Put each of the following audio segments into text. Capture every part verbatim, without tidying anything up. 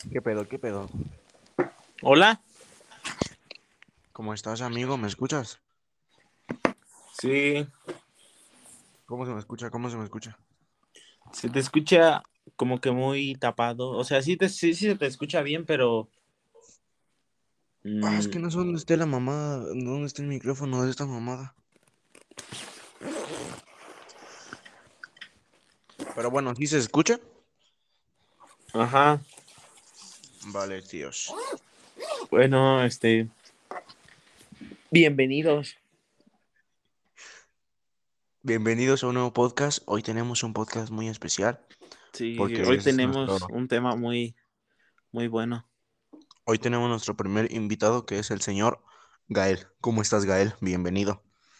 ¿Qué pedo? ¿Qué pedo? Hola. ¿Cómo estás, amigo? ¿Me escuchas? Sí, ¿Cómo se me escucha? ¿Cómo se me escucha? se te escucha como que muy tapado. O sea, sí, te, sí, sí se te escucha bien, pero Ah, es mm, que no sé dónde esté la mamada, dónde está el micrófono de esta mamada. Pero bueno, ¿sí se escucha? ajá. Vale, tíos. Bueno, este, bienvenidos. Bienvenidos a un nuevo podcast. Hoy tenemos un podcast muy especial Sí, porque hoy es tenemos nuestro... un tema muy, muy bueno. Hoy tenemos nuestro primer invitado que es el señor Gael. ¿Cómo estás, Gael? Bienvenido.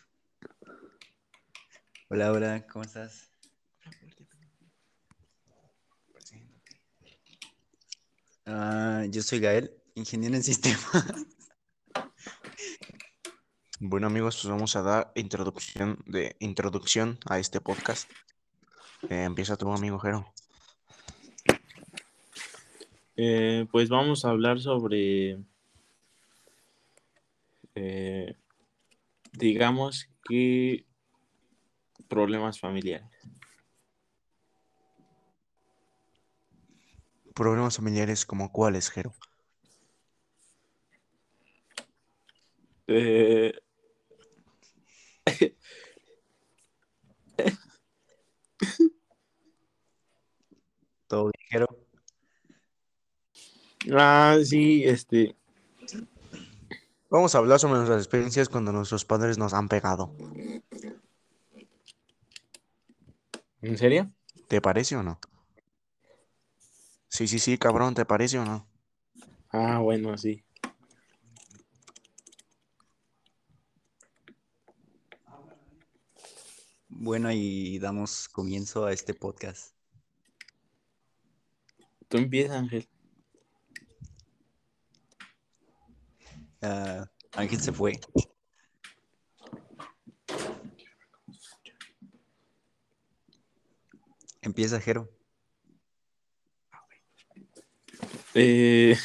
Hola, hola, ¿cómo estás? Ah, yo soy Gael, ingeniero en sistemas. Bueno, amigos, pues vamos a dar introducción de introducción a este podcast. Eh, empieza tu amigo Jero. Eh, pues vamos a hablar sobre, eh, digamos que problemas familiares. Problemas familiares como cuáles, Jero. Eh, Todo ligero. ah, sí, este, Vamos a hablar sobre nuestras experiencias cuando nuestros padres nos han pegado. ¿en serio? ¿Te parece o no? Sí, sí, sí, cabrón, ¿te parece o no? Ah, bueno, sí. Bueno, y damos comienzo a este podcast. Tú empiezas, Ángel. Ah, Ángel se fue. Empieza, Jero. Eh,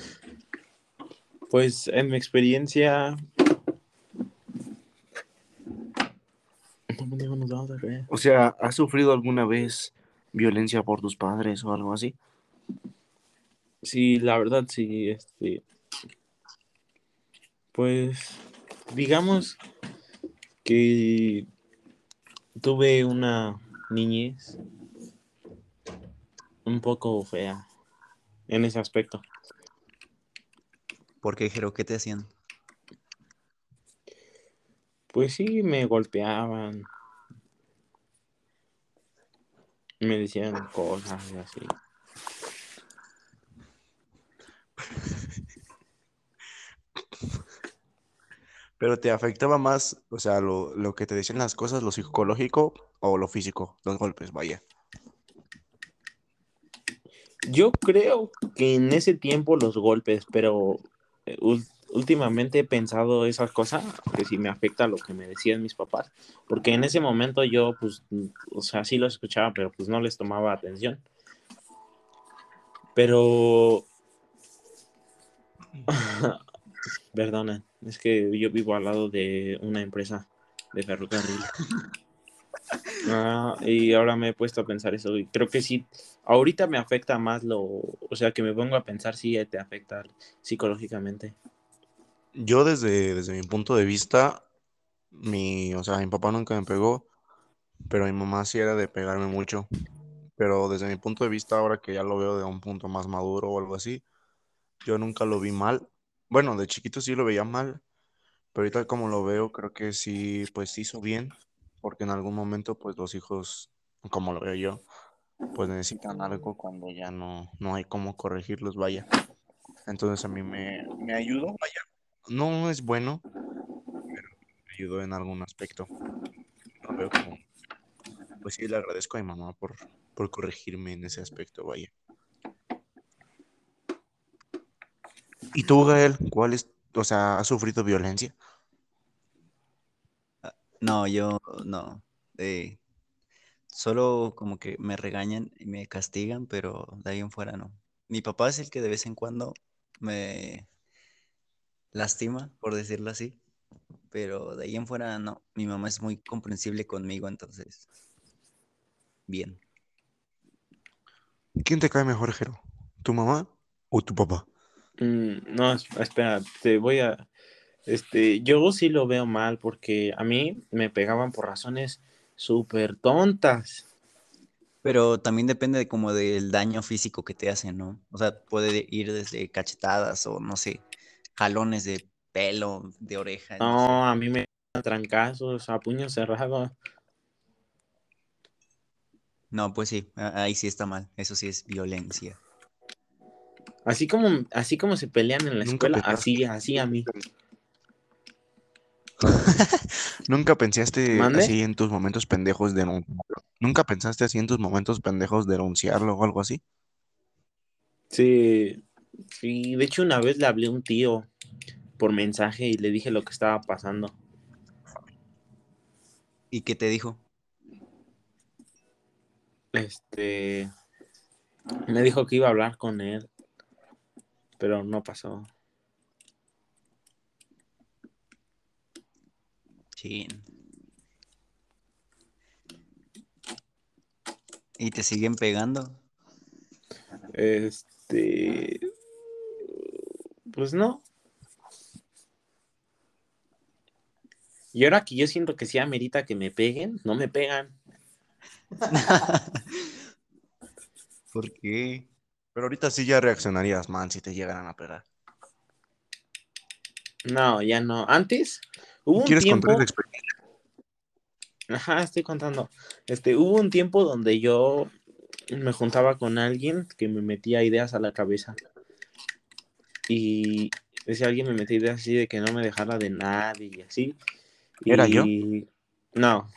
pues en mi experiencia. No, pendejo, nos vamos a caer. O sea, ¿has sufrido alguna vez violencia por tus padres o algo así? Sí, la verdad, sí, este, pues, digamos que tuve una niñez un poco fea en ese aspecto. ¿Por qué, Jero? ¿Qué te hacían? Pues sí, me golpeaban, me decían cosas y así. Pero te afectaba más, o sea, lo, lo que te decían las cosas, lo psicológico o lo físico, los golpes, vaya. Yo creo que en ese tiempo los golpes, pero eh, ul- últimamente he pensado esas cosas, que sí me afecta lo que me decían mis papás, porque en ese momento yo, pues, mm, o sea, sí los escuchaba, pero pues no les tomaba atención. Pero, perdonen, es que yo vivo al lado de una empresa de ferrocarril. Ah, y ahora me he puesto a pensar eso y creo que sí, ahorita me afecta más lo, o sea, que me pongo a pensar si te afecta psicológicamente. Yo desde, desde mi punto de vista, mi, o sea, mi papá nunca me pegó, pero mi mamá sí era de pegarme mucho. Pero desde mi punto de vista, ahora que ya lo veo de un punto más maduro o algo así, yo nunca lo vi mal. Bueno, de chiquito sí lo veía mal, pero ahorita como lo veo, creo que sí, pues hizo bien, porque en algún momento, pues los hijos, como lo veo yo, pues necesitan algo cuando ya no, no hay cómo corregirlos, vaya. Entonces a mí me, me ayudó, vaya. No es bueno, me ayudó en algún aspecto. Lo veo como, pues sí, le agradezco a mi mamá por, por corregirme en ese aspecto, vaya. ¿Y tú, Gael, cuál es, o sea, has sufrido violencia? Ah, no, yo no. Eh, Solo como que me regañan y me castigan, pero de ahí en fuera no. Mi papá es el que de vez en cuando me lastima, por decirlo así, pero de ahí en fuera no. Mi mamá es muy comprensible conmigo, entonces, bien. ¿Quién te cae mejor, Jero? ¿Tu mamá o tu papá? Mm, no, es- espera, te voy a... Este, yo sí lo veo mal porque a mí me pegaban por razones súper tontas. Pero también depende de como del daño físico que te hacen, ¿no? O sea, puede ir desde cachetadas o no sé, jalones de pelo, de orejas, no sé. No, a mí me dan trancazos a puño cerrado. No, pues sí, a- ahí sí está mal. Eso sí es violencia. Así como, así como se pelean en la Nunca escuela, pensaste, así, así a mí. nunca pensaste ¿Mande? así en tus momentos pendejos de nunca pensaste así en tus momentos pendejos de denunciarlo o algo así. Sí, sí, de hecho una vez le hablé a un tío por mensaje y le dije lo que estaba pasando. ¿Y qué te dijo? Este, me dijo que iba a hablar con él, pero no pasó. Chin. ¿Y te siguen pegando? Este, pues no. Y ahora que yo siento que sí amerita que me peguen, no me pegan. ¿Por qué? Pero ahorita sí ya reaccionarías, man, si te llegaran a pegar. No, ya no. Antes hubo un ¿Quieres contar esa tiempo, experiencia? ajá, estoy contando. Este, hubo un tiempo donde yo me juntaba con alguien que me metía ideas a la cabeza y ese alguien me metía ideas así de que no me dejara de nadie y así. ¿Era yo? Y no,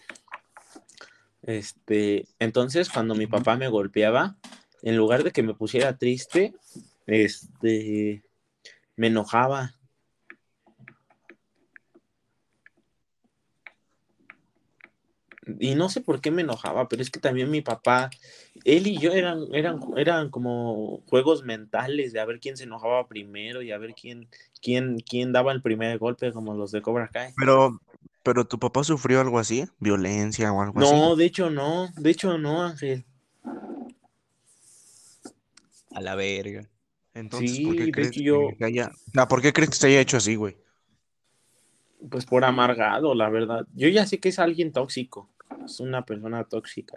este, entonces cuando mi papá me golpeaba, en lugar de que me pusiera triste, este, me enojaba. Y no sé por qué me enojaba, pero es que también mi papá, él y yo eran, eran, eran como juegos mentales de a ver quién se enojaba primero y a ver quién, quién, quién daba el primer golpe, como los de Cobra Kai. Pero, pero tu papá sufrió algo así, violencia o algo así. No, de hecho no, de hecho no, Ángel. A la verga. Entonces, ¿por qué Sí, de crees hecho que yo, se haya, ah, ¿por qué crees que se haya hecho así, güey? pues por amargado, la verdad. Yo ya sé que es alguien tóxico, es una persona tóxica.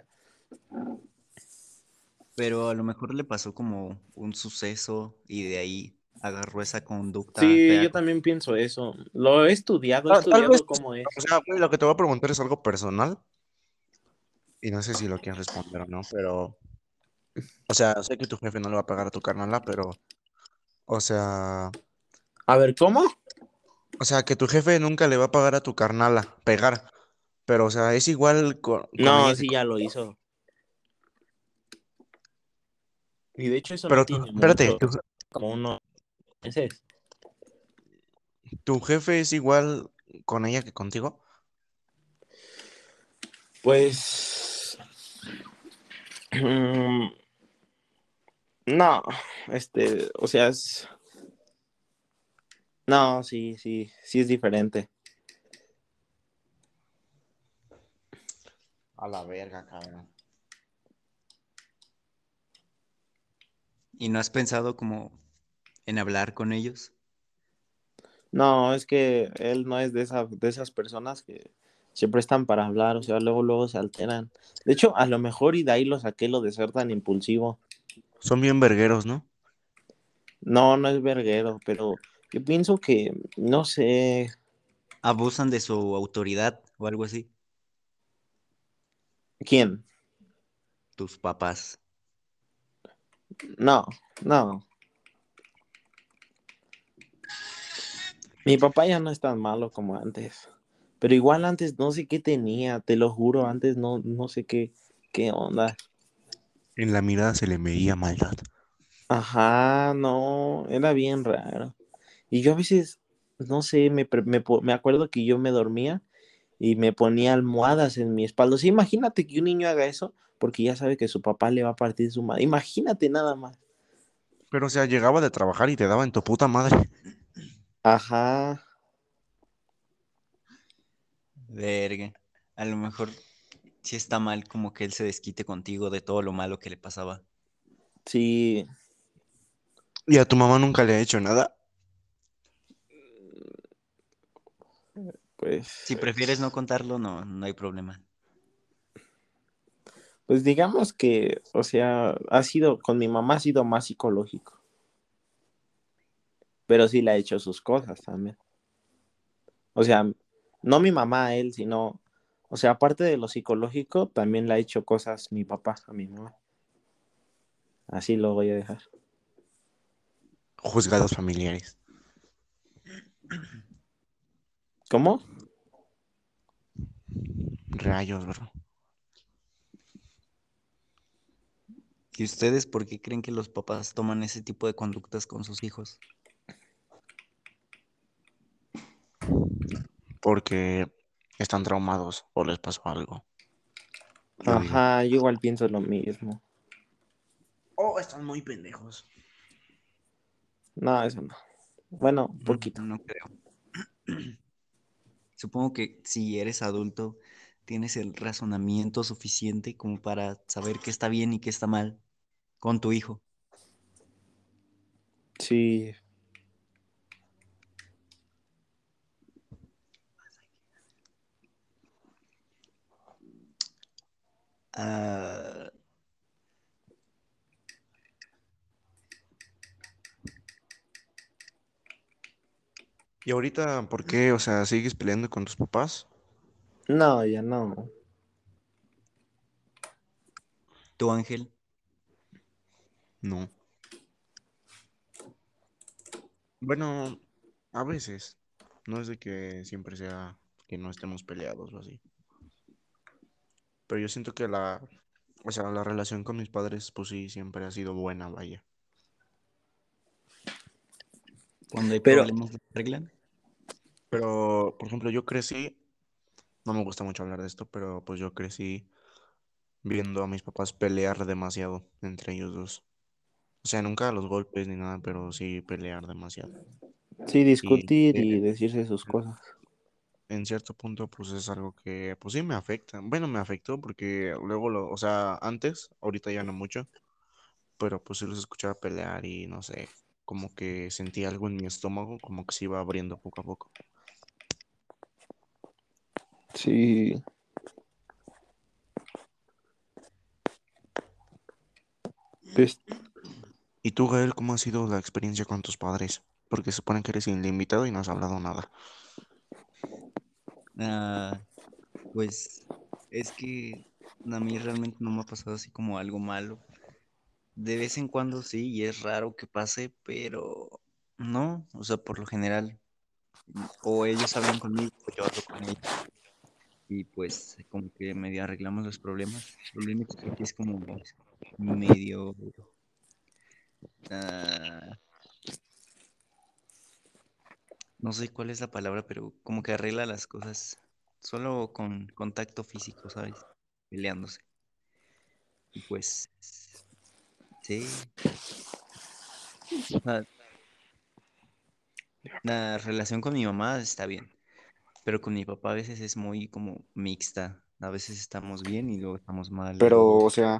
Pero a lo mejor le pasó como un suceso y de ahí agarró esa conducta Sí, fea. yo también pienso eso. Lo he estudiado, he Tal, tal vez, estudiado cómo o es. sea, güey, lo que te voy a preguntar es algo personal y no sé si lo quieres responder o no, pero, o sea, sé que tu jefe no le va a pagar a tu carnala, pero, o sea, A ver, ¿cómo? o sea, que tu jefe nunca le va a pagar a tu carnala, pegar, pero, o sea, es igual con, con No, ella que sí, con... ya lo hizo. Y de hecho eso no Pero tu, tiene espérate, mucho, tu, como unos meses. tu jefe es igual con ella que contigo. Pues mm, no, este, o sea, es, no, sí, sí, sí es diferente. A la verga, cabrón. ¿Y no has pensado como en hablar con ellos? No, es que él no es de esa, de esas personas que se prestan para hablar, o sea, luego, luego se alteran. De hecho, a lo mejor y de ahí lo saqué lo de ser tan impulsivo. Son bien vergueros, ¿no? No, no es verguero, pero yo pienso que, no sé, ¿Abusan de su autoridad o algo así? ¿quién? Tus papás. No, no. Mi papá ya no es tan malo como antes. Pero igual antes no sé qué tenía, te lo juro, antes no, no sé qué, qué onda. En la mirada se le veía maldad. Ajá, no, era bien raro. Y yo a veces, no sé, me, pre- me, po- me acuerdo que yo me dormía y me ponía almohadas en mi espalda. O sea, imagínate que un niño haga eso porque ya sabe que su papá le va a partir su madre. Imagínate nada más. Pero, o sea, llegaba de trabajar y te daba en tu puta madre. Ajá, Verga. A lo mejor sí está mal como que él se desquite contigo de todo lo malo que le pasaba. sí, ¿Y a tu mamá nunca le ha hecho nada? Si pues, prefieres no contarlo, no, no hay problema. pues digamos que, o sea, ha sido, con mi mamá ha sido más psicológico, pero sí le ha hecho sus cosas también. O sea, no mi mamá a él, sino, o sea, aparte de lo psicológico, también le ha hecho cosas mi papá a mi mamá. Así lo voy a dejar. Juzgados familiares. ¿Cómo? Rayos, bro. ¿Y ustedes por qué creen que los papás toman ese tipo de conductas con sus hijos? Porque están traumados o les pasó algo. Yo digo. Ajá, yo igual pienso lo mismo. Oh, están muy pendejos. No, eso no. Bueno, Mm, poquito. No creo. Supongo que si eres adulto, tienes el razonamiento suficiente como para saber qué está bien y qué está mal con tu hijo. Sí, Ah, ¿Y ahorita por qué? O sea, ¿sigues peleando con tus papás? no, ya no. tu Ángel, No. Bueno, a veces. No es de que siempre sea que no estemos peleados o así. Pero yo siento que la, o sea, la relación con mis padres, pues sí, siempre ha sido buena, vaya. cuando hay Pero, problemas se arreglan. Pero, por ejemplo, yo crecí, no me gusta mucho hablar de esto, pero pues yo crecí viendo a mis papás pelear demasiado entre ellos dos. O sea, nunca a los golpes ni nada, pero sí pelear demasiado. sí, Y discutir eh, y decirse sus cosas. en cierto punto, pues es algo que, pues sí me afecta. Bueno, me afectó porque luego lo, o sea, antes, ahorita ya no mucho, pero pues sí los escuchaba pelear y no sé, como que sentía algo en mi estómago, como que se iba abriendo poco a poco. Sí, pues, ¿Y tú, Gael, cómo ha sido la experiencia con tus padres? Porque se supone que eres ilimitado y no has hablado nada. Ah, pues es que a mí realmente no me ha pasado así como algo malo. De vez en cuando sí, y es raro que pase, pero no, o sea, por lo general, o ellos hablan conmigo o yo hablo con ellos. Y pues como que medio arreglamos los problemas. Lo único que sí es como medio, ah, no sé cuál es la palabra, pero como que arregla las cosas solo con contacto físico, ¿sabes? Peleándose. Y pues sí, o sea, la relación con mi mamá está bien, pero con mi papá a veces es muy como mixta. A veces estamos bien y luego estamos mal y Pero, luego... o sea,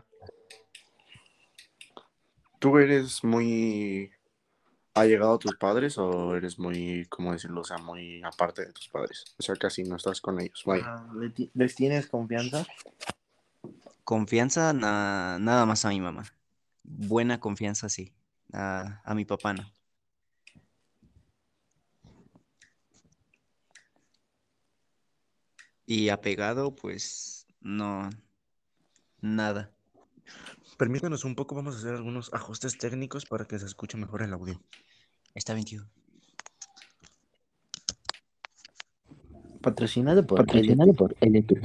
¿tú eres muy allegado a tus padres o eres muy, cómo decirlo, o sea, muy aparte de tus padres? O sea, casi no estás con ellos, vaya. ajá, ¿le ti- ¿les tienes confianza? Confianza, na- nada más a mi mamá. Buena confianza, sí. A, a mi papá no. Y apegado, pues no, nada. Permítanos un poco, vamos a hacer algunos ajustes técnicos para que se escuche mejor el audio. Está bien, tío. Patrocinado por Patrocinado L T. por L T.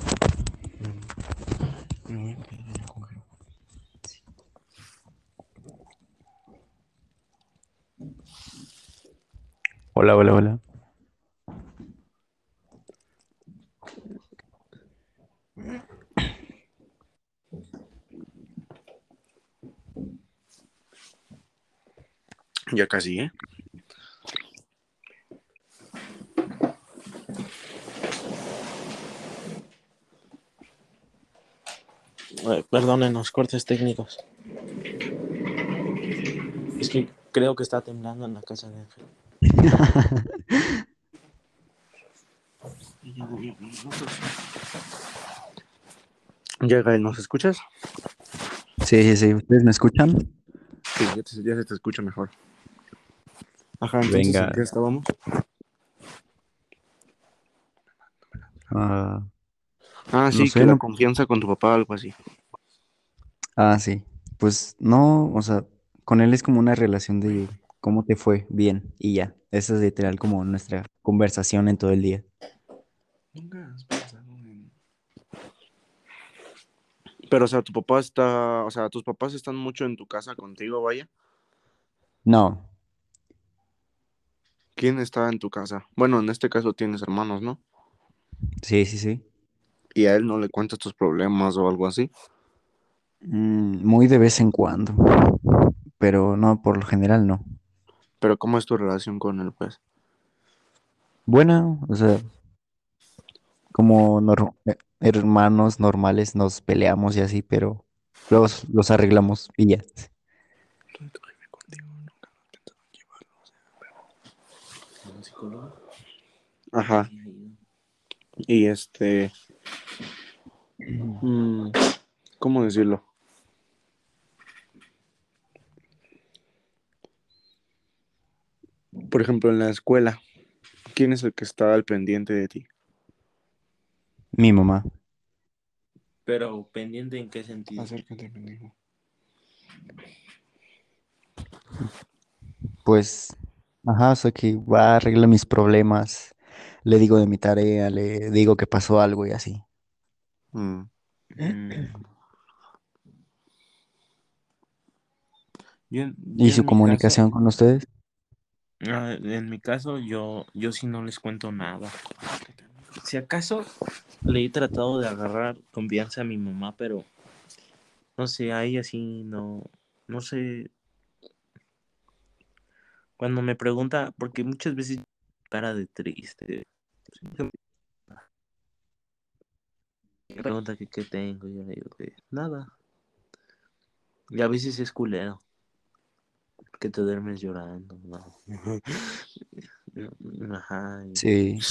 Hola, hola, hola. Ya casi, ¿eh? Eh, Perdónenos, cortes técnicos. Es que creo que está temblando en la casa de Ángel. Ya, Gael, ¿nos escuchas? Sí, sí, sí. ¿Ustedes me escuchan? Sí, ya, te- ya se te escucha mejor. Ajá, entonces, ¿en Venga. qué estábamos? ah, Ah, no sí, que sé, la no. confianza con tu papá, algo así. Ah, sí. Pues no, o sea, con él es como una relación de cómo te fue, bien, y ya. Esa es literal como nuestra conversación en todo el día. Nunca has pensado en... Pero, o sea, tu papá está... O sea, tus papás están mucho en tu casa contigo, vaya. No, ¿Quién está en tu casa? Bueno, en este caso tienes hermanos, ¿no? sí, sí, sí. Y a él no le cuentas tus problemas o algo así. Mm, muy de vez en cuando, pero no, por lo general no. Pero, ¿cómo es tu relación con él, pues? Buena, o sea, como nor- eh, hermanos normales nos peleamos y así, pero luego s- los arreglamos y ya. ¿Un psicólogo? Ajá. Y este... mm, ¿cómo decirlo? Por ejemplo, en la escuela, ¿quién es el que está al pendiente de ti? Mi mamá, Pero pendiente en qué sentido. Acércate, pendejo. pues, ajá, o sea que va, arregla mis problemas, le digo de mi tarea, le digo que pasó algo y así. Mm. Mm, Yo, en- ¿Y yo su en mi caso, comunicación con ustedes? ah, en mi caso, yo, yo sí no les cuento nada. Si acaso le he tratado de agarrar confianza a mi mamá, pero no sé, a ella sí no, no sé. Cuando me pregunta, porque muchas veces cara de triste, me pregunta que qué tengo, y yo le digo que nada. Y a veces es culero, que te duermes llorando, ¿no? Ajá. y- Sí.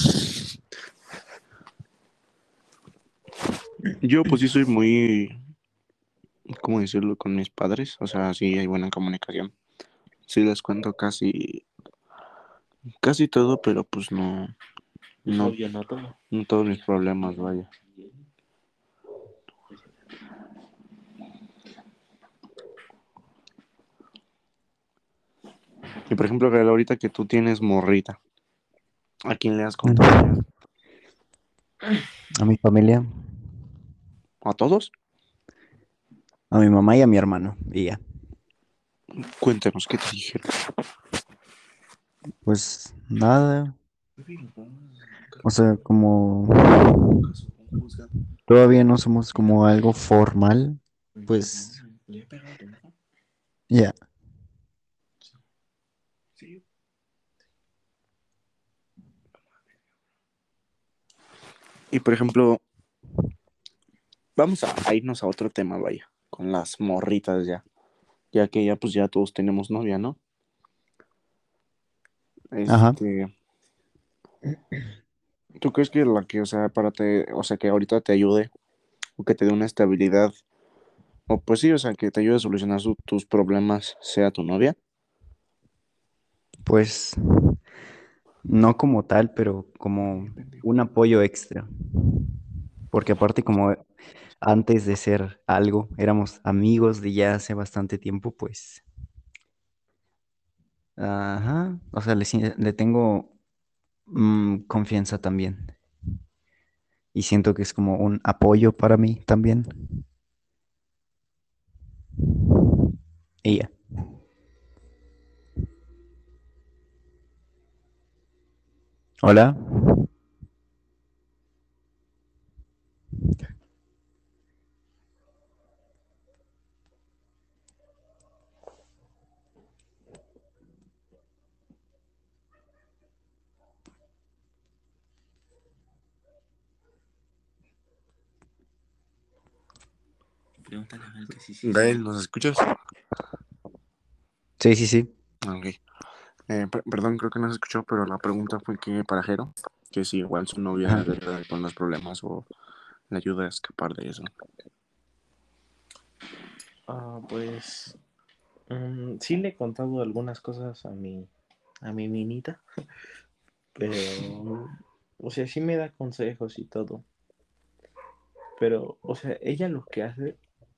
Yo pues sí soy muy, ¿cómo decirlo? Con mis padres. O sea, sí hay buena comunicación. Sí les cuento casi, casi todo, pero pues no, Es no, obvio, no todo. no todos mis problemas, vaya. Y por ejemplo, Gael, ahorita que tú tienes morrita, ¿a quién le has contado ya? Ujú. A mi familia, ¿A todos? a mi mamá y a mi hermano, y ya. Cuéntanos, ¿qué te dijeron? Pues nada, o sea, como todavía no somos como algo formal, pues ¿Le he pegado a tu hija? ya. Sí. Y por ejemplo, vamos a, a irnos a otro tema, vaya, con las morritas ya. Ya que ya pues ya todos tenemos novia, ¿no? Ajá. Este, ¿tú crees que la que, o sea, para te, o sea, que ahorita te ayude o que te dé una estabilidad, o pues sí, o sea, que te ayude a solucionar su- tus problemas, sea tu novia? Pues no como tal, pero como un apoyo extra. Porque aparte como antes de ser algo, éramos amigos de ya hace bastante tiempo, pues, ajá, o sea, le, sie- le tengo mm, confianza también. Y siento que es como un apoyo para mí también. Y ya. Hola. Pregúntale a Gael que sí, sí. Gael, ¿nos escuchas? Sí, sí, sí. Ah, ok. Eh, per- perdón, creo que no se escuchó, pero la pregunta fue que para Jero, que si igual su novia Ajá. le ayuda con los problemas o le ayuda a escapar de eso. Ah, pues mm, sí le he contado algunas cosas a mi a mi minita, pero o sea, sí me da consejos y todo. Pero, o sea, ella lo que hace,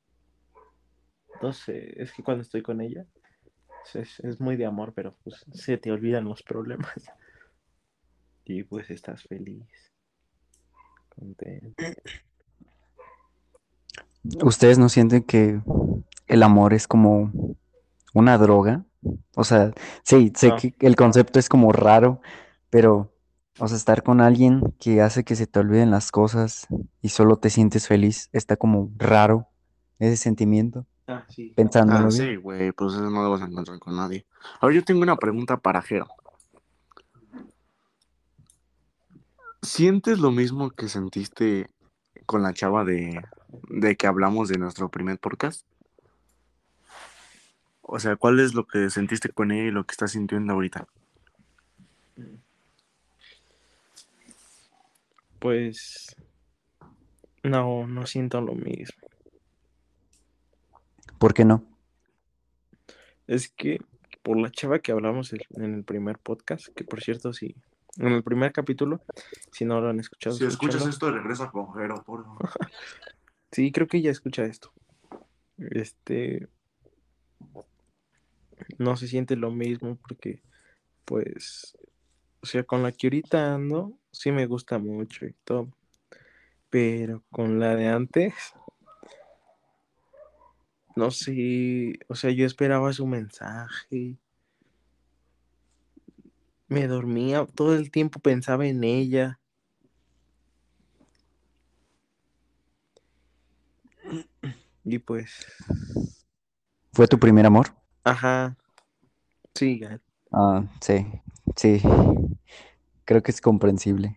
no sé, es que cuando estoy con ella es, es muy de amor, pero pues se te olvidan los problemas y pues estás feliz, contento. ¿Ustedes no sienten que el amor es como una droga? O sea, sí, sé No, que el concepto es como raro, pero, o sea, estar con alguien que hace que se te olviden las cosas y solo te sientes feliz, está como raro ese sentimiento, ah, sí. Ah, pensándolo bien. sí, güey, pues eso no lo vas a encontrar con nadie. Ahora yo tengo una pregunta para Jero. ¿Sientes lo mismo que sentiste con la chava de, de que hablamos de nuestro primer podcast? O sea, ¿cuál es lo que sentiste con ella y lo que estás sintiendo ahorita? Pues no, no siento lo mismo. ¿Por qué no? Es que por la chava que hablamos el- en el primer podcast, que por cierto, sí, en el primer capítulo, si no lo han escuchado, Si escuchas escúchenlo. esto, regresa con Jero, por favor. Sí, creo que ella escucha esto. Este, no se siente lo mismo porque, pues, o sea, con la que ahorita ando, sí me gusta mucho y todo. Pero con la de antes, no sé, o sea, yo esperaba su mensaje, me dormía, todo el tiempo pensaba en ella. Y pues, ¿Fue tu primer amor? ajá, sí, Gael. Ah, sí, sí, creo que es comprensible.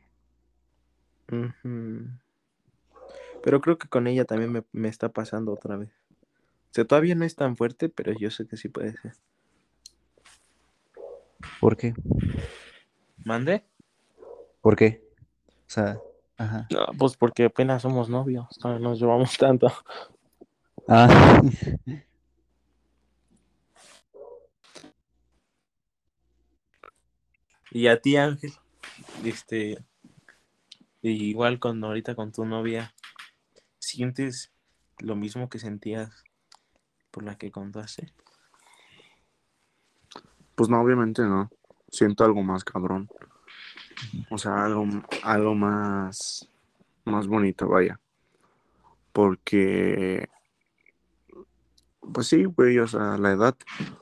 Ujú. Pero creo que con ella también me, me está pasando otra vez. O sea, todavía no es tan fuerte, pero yo sé que sí puede ser. ¿Por qué? ¿Mande? ¿Por qué? O sea, ajá. No, pues porque apenas somos novios, todavía no nos llevamos tanto. Ah, Y a ti, Ángel, este, igual con ahorita con tu novia, ¿sientes lo mismo que sentías por la que contaste? Pues no, obviamente no. Siento algo más cabrón. O sea, algo, algo más, más bonito, vaya. Porque, pues sí, güey, o sea, la edad.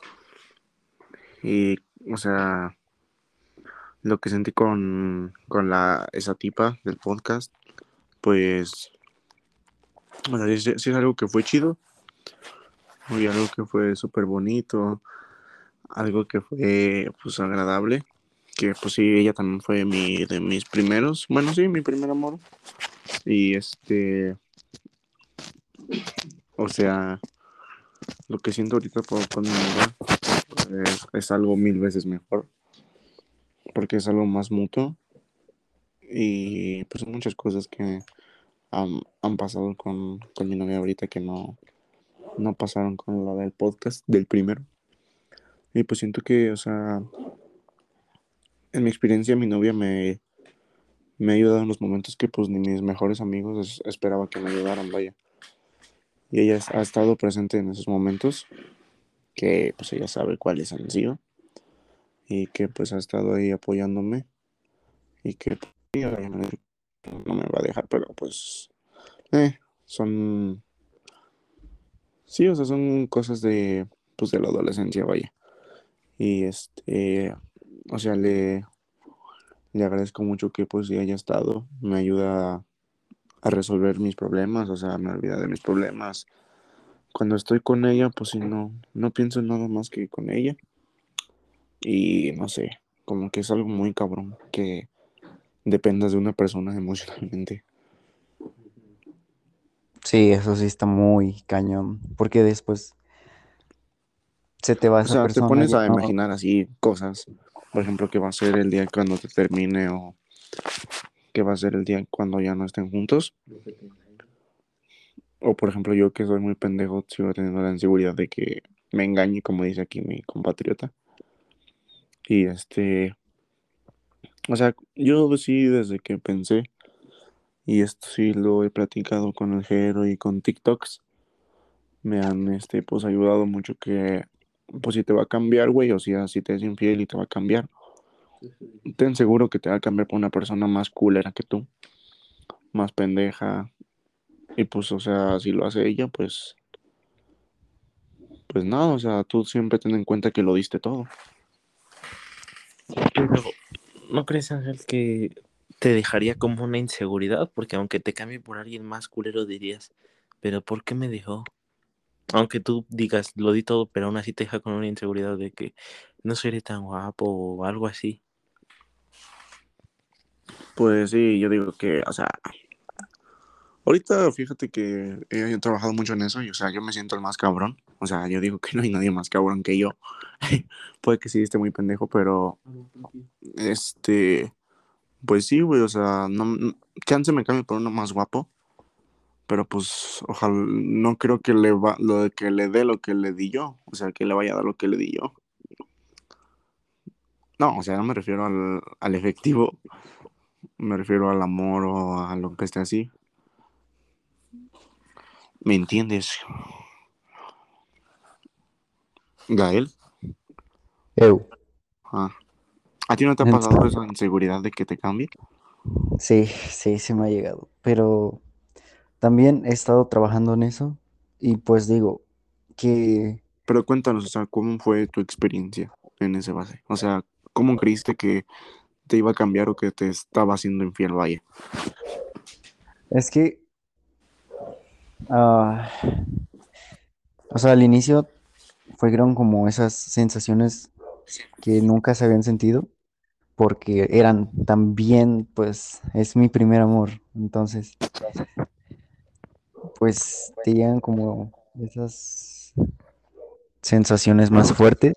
Y, o sea, lo que sentí con, con la, esa tipa del podcast, pues, o sea, sí, sí sí es algo que fue chido. Y algo que fue súper bonito. Algo que fue, pues, agradable. Que, pues sí, ella también fue mi, de mis primeros. Bueno, sí, mi primer amor. Y este, o sea, lo que siento ahorita por, con mi novia es, es algo mil veces mejor, porque es algo más mutuo y pues muchas cosas que han, han pasado con, con mi novia ahorita que no, no pasaron con la del podcast, del primero. Y pues siento que, o sea, en mi experiencia mi novia me, me ha ayudado en los momentos que pues ni mis mejores amigos es- esperaba que me ayudaran, vaya. Y ella ha estado presente en esos momentos, que pues ella sabe cuáles han sido, y que pues ha estado ahí apoyándome y que pues, sí, obviamente no me va a dejar, pero pues eh, son, sí, o sea, son cosas de, pues de la adolescencia, vaya. Y este, o sea, le, le agradezco mucho que pues sí haya estado, me ayuda a resolver mis problemas, o sea, me olvida de mis problemas. Cuando estoy con ella, pues sí, no, no pienso en nada más que con ella. Y no sé, como que es algo muy cabrón que dependas de una persona emocionalmente. Sí, eso sí está muy cañón, porque después se te va O esa sea, te persona, pones ya a no. imaginar así cosas, por ejemplo, qué va a ser el día cuando te termine o qué va a ser el día cuando ya no estén juntos. O por ejemplo, yo que soy muy pendejo, sigo teniendo la inseguridad de que me engañe, como dice aquí mi compatriota. Y este, o sea, yo sí desde que pensé, y esto sí lo he platicado con el Jero y con TikToks, me han este, pues ayudado mucho que, pues si te va a cambiar, güey, o sea, si te es infiel y te va a cambiar, ten seguro que te va a cambiar por una persona más culera que tú, más pendeja. Y pues, o sea, si lo hace ella, pues, pues nada, o sea, tú siempre ten en cuenta que lo diste todo. Pero, ¿no crees, Ángel, que te dejaría como una inseguridad? Porque aunque te cambie por alguien más culero, dirías, pero ¿por qué me dejó? Aunque tú digas, lo di todo, pero aún así te deja con una inseguridad de que no seré tan guapo o algo así. Pues sí, yo digo que, o sea, ahorita fíjate que he trabajado mucho en eso y, o sea, yo me siento el más cabrón. O sea, yo digo que no hay nadie más cabrón que yo. Puede que sí esté muy pendejo, pero, este, pues sí, güey, o sea, no, no- chance me cambie por uno más guapo, pero pues, ojalá, no creo que le va, lo de que le dé lo que le di yo, o sea, que le vaya a dar lo que le di yo. No, o sea, no me refiero al, al efectivo, me refiero al amor o a lo que esté así. ¿Me entiendes, Gael? Eu. Ah. ¿A ti no te ha pasado esa inseguridad de que te cambie? Sí, sí, sí me ha llegado. Pero también he estado trabajando en eso y pues digo que Pero cuéntanos, o sea, ¿cómo fue tu experiencia en ese base? O sea, ¿cómo creíste que te iba a cambiar o que te estaba haciendo infiel, vaya? es que, ah, o sea, al inicio fueron como esas sensaciones que nunca se habían sentido porque eran también, pues, es mi primer amor. Entonces, pues, te llegan como esas sensaciones más fuertes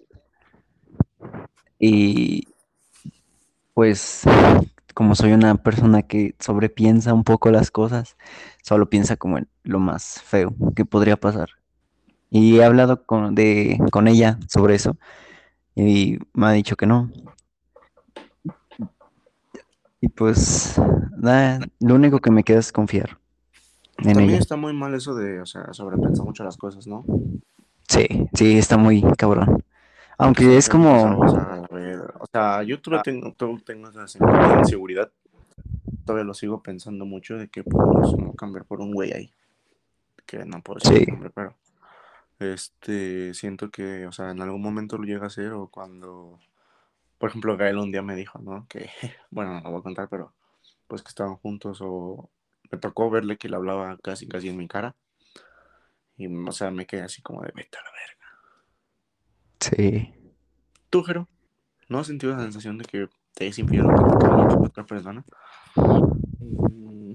y pues como soy una persona que sobrepiensa un poco las cosas, solo piensa como en lo más feo que podría pasar. Y he hablado con, de, con ella sobre eso y me ha dicho que no. Y pues nada, lo único que me queda es confiar en También ella. está muy mal eso de, o sea, sobrepensar mucho las cosas, ¿no? Sí, sí, está muy cabrón. Porque Aunque es siempre he como, empezado, o sea, a ver, o sea, yo todavía tengo, todavía tengo esa segu- inseguridad, todavía lo sigo pensando mucho de que pues me voy a cambiar por un güey ahí, que no puedo decir sí, el nombre, pero este, siento que, o sea, en algún momento lo llega a hacer o cuando, por ejemplo, Gael un día me dijo, ¿no? Que, bueno, no lo voy a contar, pero pues que estaban juntos o me tocó verle que le hablaba casi, casi en mi cara y, o sea, me quedé así como de vete a la verga. sí. ¿Tú, Jero, no has sentido la sensación de que te es infiel o que te cambien por otra persona? Mm,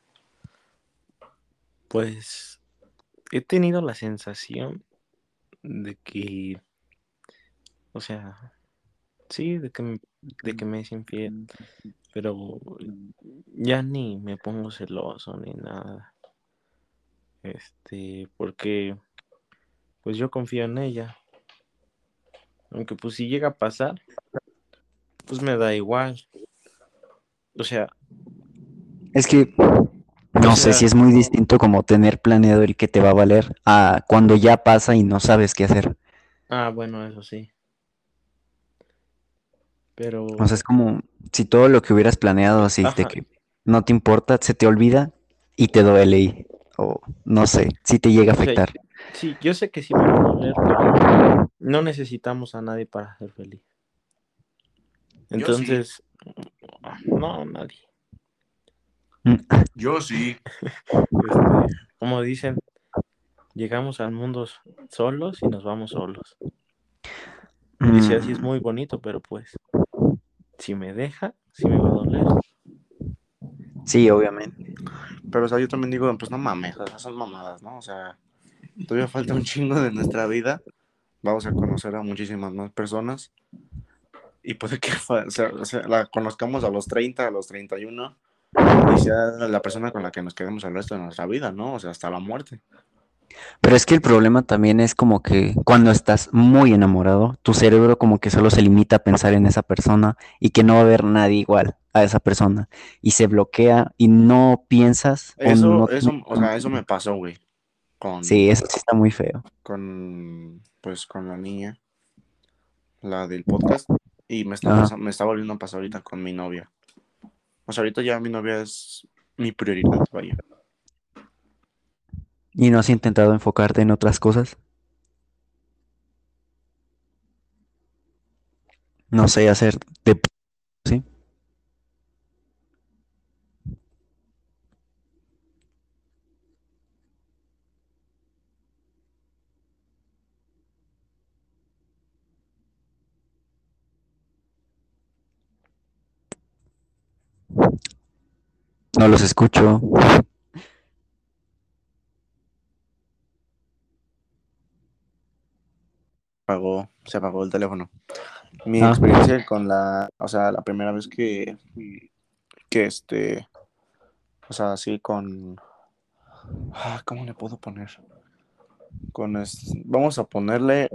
Pues he tenido la sensación de que, o sea, sí, de que, me- de que me es infiel, pero ya ni me pongo celoso ni nada. Este, porque pues yo confío en ella. Aunque pues si llega a pasar, pues me da igual. O sea, Es que o no sé si sea, es muy distinto como tener planeado el que te va a valer a cuando ya pasa y no sabes qué hacer. ah, bueno, eso sí. O sea, Pero, es como si todo lo que hubieras planeado así de ajá, que no te importa, se te olvida y te duele y, o no sé, si te llega a o sea, afectar. sí, yo sé que sí me va a doler, pero no necesitamos a nadie para ser feliz. Yo sí, Entonces, no, nadie. Mm, yo sí. Este, como dicen, llegamos al mundo solos y nos vamos solos. Y si así es mm, muy bonito, pero pues, si me deja, sí me va a doler. sí, obviamente. Pero, o sea, yo también digo, pues no mames, o sea, son mamadas, ¿no? O sea, todavía falta un chingo de nuestra vida. Vamos a conocer a muchísimas más personas. Y puede que o sea, o sea, la conozcamos a los treinta, a los treinta y uno, y sea la persona con la que nos quedemos el resto de nuestra vida, ¿no? O sea, hasta la muerte. Pero es que el problema también es como que cuando estás muy enamorado, tu cerebro como que solo se limita a pensar en esa persona y que no va a haber nadie igual a esa persona y se bloquea y no piensas o Eso, no eso, tienes o sea, eso me pasó, güey, Sí, con, eso sí está muy feo. con, pues, con la niña, la del podcast, y me está Ajá. pasando, me está volviendo a pasar ahorita con mi novia. O sea, ahorita ya mi novia es mi prioridad, vaya. ¿Y no has intentado enfocarte en otras cosas? No sé, hacer de... ¿Sí? No los escucho. Apagó, se apagó el teléfono. Mi Ah, experiencia con la, o sea, la primera vez que, que este, o sea, así con, ah, ¿cómo le puedo poner? Con es- vamos a ponerle,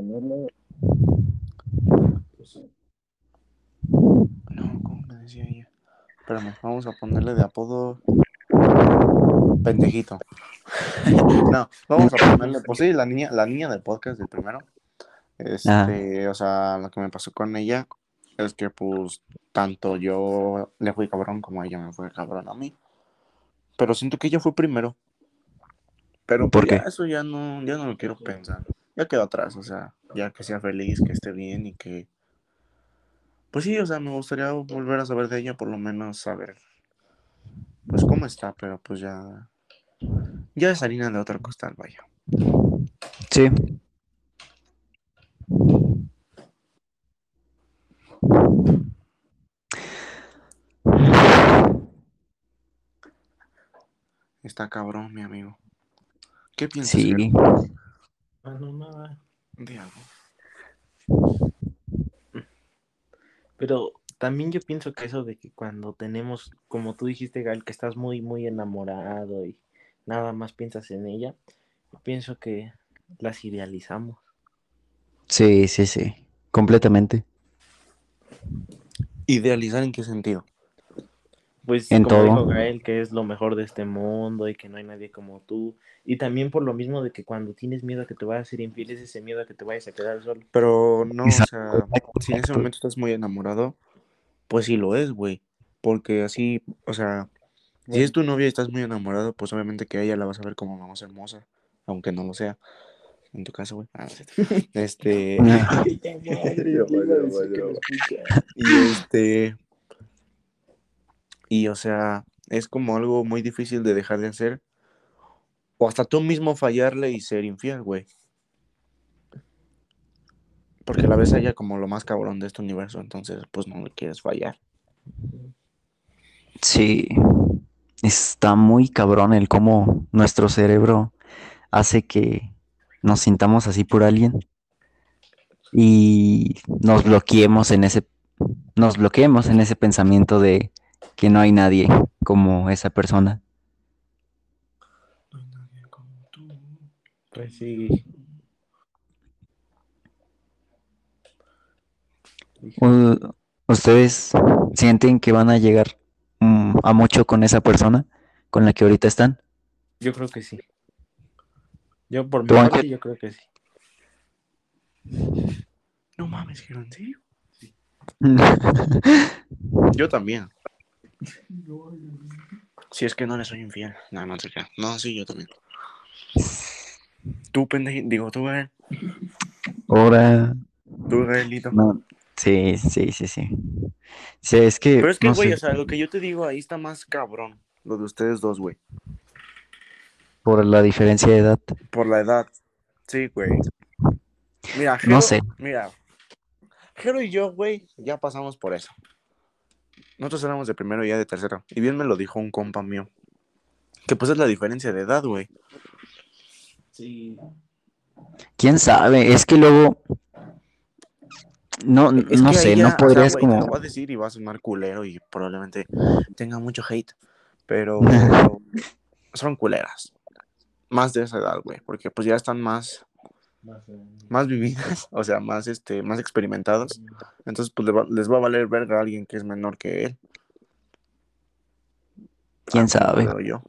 no, ¿cómo me decía ella? Espérame, vamos a ponerle de apodo pendejito. No, vamos a ponerle, pues sí, la niña, la niña del podcast del primero. ah, Este, o sea, lo que me pasó con ella es que pues tanto yo le fui cabrón como ella me fue cabrón a mí. Pero siento que ella fue primero. Pero pues ¿por ya qué? eso ya no, ya no lo quiero pensar. Ya quedó atrás, o sea, ya que sea feliz, que esté bien y que... Pues sí, o sea, me gustaría volver a saber de ella, por lo menos saber, pues cómo está, pero pues ya... Ya es harina de otro costal, vaya. Sí. Está cabrón, mi amigo. ¿Qué piensas, Sí. Jero? Ah, no, nada. De algo. Pero también yo pienso que eso de que cuando tenemos, como tú dijiste, Gal, que estás muy, muy enamorado y nada más piensas en ella, yo pienso que las idealizamos. Sí, sí, sí. Completamente. ¿Idealizar en qué sentido? Pues En como dijo todo. Gael, que es lo mejor de este mundo y que no hay nadie como tú. Y también por lo mismo de que cuando tienes miedo a que te vayas a ser infiel, es ese miedo a que te vayas a quedar solo. Pero no, o Exacto, sea, si en ese momento estás muy enamorado, pues sí lo es, güey. Porque así, o sea, si es Bueno, tu novia y estás muy enamorado, pues obviamente que a ella la vas a ver como la más hermosa, aunque no lo sea. En tu caso, güey. Ah, no es cierto. Este. puta madre, yo le iba a decir que me escucha. Y este. Y o sea, es como algo muy difícil de dejar de hacer. O hasta tú mismo fallarle y ser infiel, güey. Porque la ves a ella como lo más cabrón de este universo, entonces pues no le quieres fallar. Sí. Está muy cabrón el cómo nuestro cerebro hace que nos sintamos así por alguien y nos bloqueemos en ese, nos bloqueemos en ese pensamiento de que no hay nadie como esa persona. No hay nadie como tú. Pues sí, híjole. U- ¿Ustedes sienten que van a llegar mm, a mucho con esa persona con la que ahorita están? Yo creo que sí. Yo por mi ¿Tú, Ángel? parte, yo creo que sí. No mames, Jero, ¿en serio? Yo también. Si es que no le soy infiel. No, no sé qué. No, sí, yo también. Tú, pendejo. Digo, tú, Gael. Ahora, Tú, Gaelito. no. Sí, sí, sí, sí. Sí, es que, Pero es que, no güey, sé, o sea, lo que yo te digo ahí está más cabrón. Lo de ustedes dos, güey. por la diferencia de edad, Por la edad. Sí, güey. Mira, no Jero, sé. mira. Jero y yo, güey, ya pasamos por eso. Nosotros éramos de primero y ya de tercero. Y bien me lo dijo un compa mío. Que pues es la diferencia de edad, güey. Sí. ¿Quién sabe? Es que luego, no, Es no que sé, ahí no ya, o sea, podrías güey, te como... lo voy a decir y va a sonar culero y probablemente tenga mucho hate, pero son culeras. Más de esa edad, güey, porque pues ya están más, más vividas, o sea, más, este, más experimentadas. Entonces, pues le va- les va a valer verga a alguien que es menor que él. ¿Quién Ah, como lo sabe? veo yo.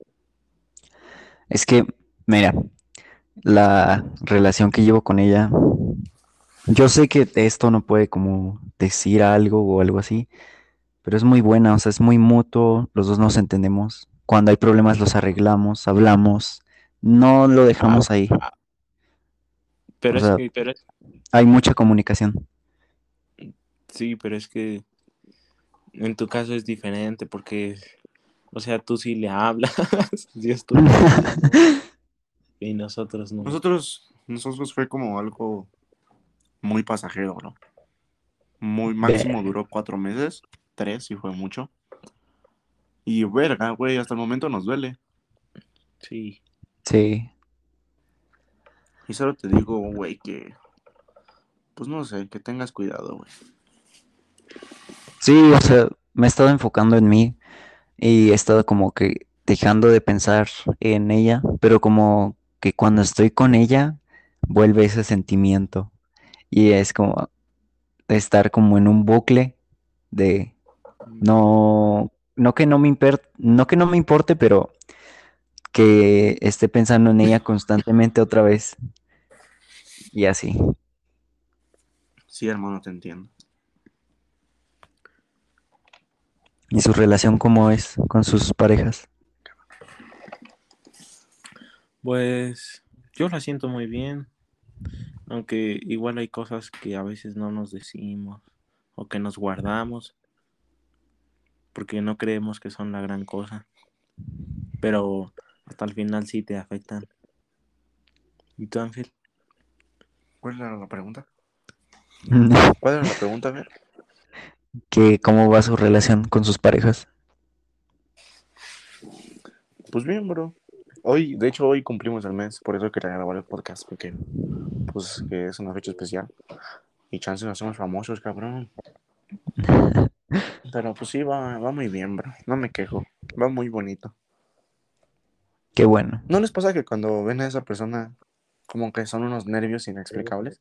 Es que, mira, la relación que llevo con ella, yo sé que esto no puede como decir algo o algo así, pero es muy buena, o sea, es muy mutuo, los dos nos entendemos. Cuando hay problemas los arreglamos, hablamos, no lo dejamos ahí. Pero O es sea, que, pero es, hay mucha comunicación. sí, pero es que en tu caso es diferente porque, o sea, tú sí le hablas, sí es tu novia, ¿no? Y nosotros no. Nosotros, nosotros fue como algo muy pasajero, bro. Muy Ve- máximo duró cuatro meses, tres si fue mucho. Y verga, güey, hasta el momento nos duele. Sí. Sí, Y solo te digo, güey, que, pues no sé, que tengas cuidado, güey. sí, o sea, me he estado enfocando en mí y he estado como que dejando de pensar en ella, pero como que cuando estoy con ella vuelve ese sentimiento y es como estar como en un bucle de no, no que no me imper- no que no me importe, pero que esté pensando en ella constantemente otra vez y así. Sí, hermano, te entiendo. ¿Y su relación cómo es con sus parejas? Pues yo la siento muy bien, aunque igual hay cosas que a veces no nos decimos o que nos guardamos porque no creemos que son la gran cosa, pero hasta el final sí te afectan. ¿Y tú, Ángel? ¿Cuál era la pregunta? ¿Cuál era la pregunta, a ver? ¿Que cómo va su relación con sus parejas? Pues bien, bro. Hoy, de hecho, hoy cumplimos el mes, por eso quería grabar el podcast, porque, pues, que es una fecha especial. Y chance nos hacemos famosos, cabrón. Pero, pues sí, va, va muy bien, bro. No me quejo. Va muy bonito. Qué bueno. ¿No les pasa que cuando ven a esa persona, como que son unos nervios inexplicables?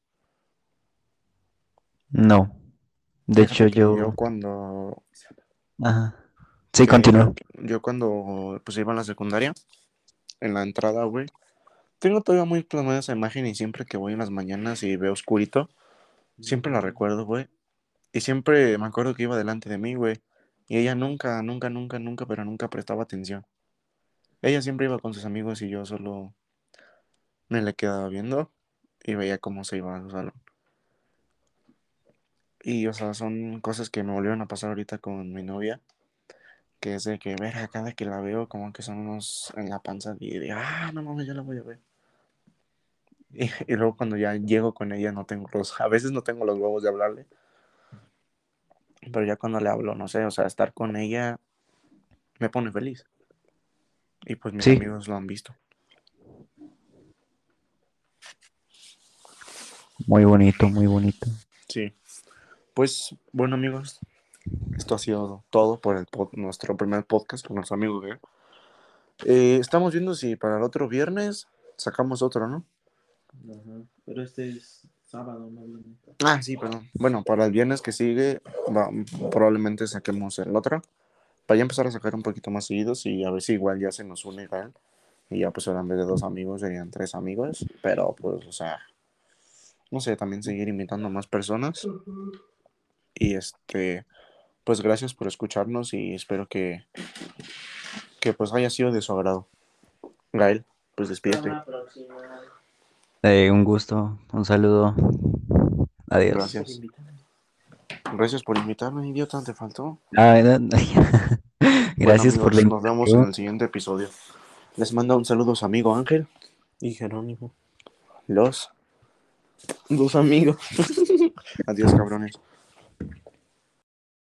No. De hecho, Fíjate que yo yo... cuando, Ajá. Sí, que continúa. yo, yo cuando, pues, iba a la secundaria, en la entrada, güey, tengo todavía muy plasmada esa imagen y siempre que voy en las mañanas y veo oscurito, siempre la recuerdo, güey. Y siempre me acuerdo que iba delante de mí, güey. Y ella nunca, nunca, nunca, nunca, pero nunca prestaba atención. Ella siempre iba con sus amigos y yo solo me le quedaba viendo y veía cómo se iba a su salón. Y, o sea, son cosas que me volvieron a pasar ahorita con mi novia, que es de que, ver, cada que la veo, como que son unos en la panza y de, ah, no mames, yo la voy a ver. Y, y luego cuando ya llego con ella, no tengo los, a veces no tengo los huevos de hablarle, pero ya cuando le hablo, no sé, o sea, estar con ella me pone feliz. Y pues mis Sí, amigos lo han visto. muy bonito, muy bonito. Sí. Pues, bueno, amigos, esto ha sido todo por el pod- nuestro primer podcast con nuestro amigo Guerrero. Eh, estamos viendo si para el otro viernes sacamos otro, ¿no? Ajá. Pero este es sábado, no viernes. Ah, sí, perdón. Bueno, para el viernes que sigue, va- probablemente saquemos el otro. Para ya empezar a sacar un poquito más seguidos y a ver si igual ya se nos une Gael. Y ya pues ahora en vez de dos amigos serían tres amigos. Pero pues, o sea, no sé, también seguir invitando a más personas. Y este, pues gracias por escucharnos y espero que, que pues haya sido de su agrado. Gael, pues Hasta despídete. la próxima. Eh, un gusto, un saludo. Adiós. Gracias. Gracias por invitarme, idiota, te faltó. Ah, no, no. Bueno, Gracias por la amigos, nos vemos en invitación. el siguiente episodio. Les manda un saludo su amigo Ángel. Y Jerónimo. Los. Dos amigos. Adiós, cabrones.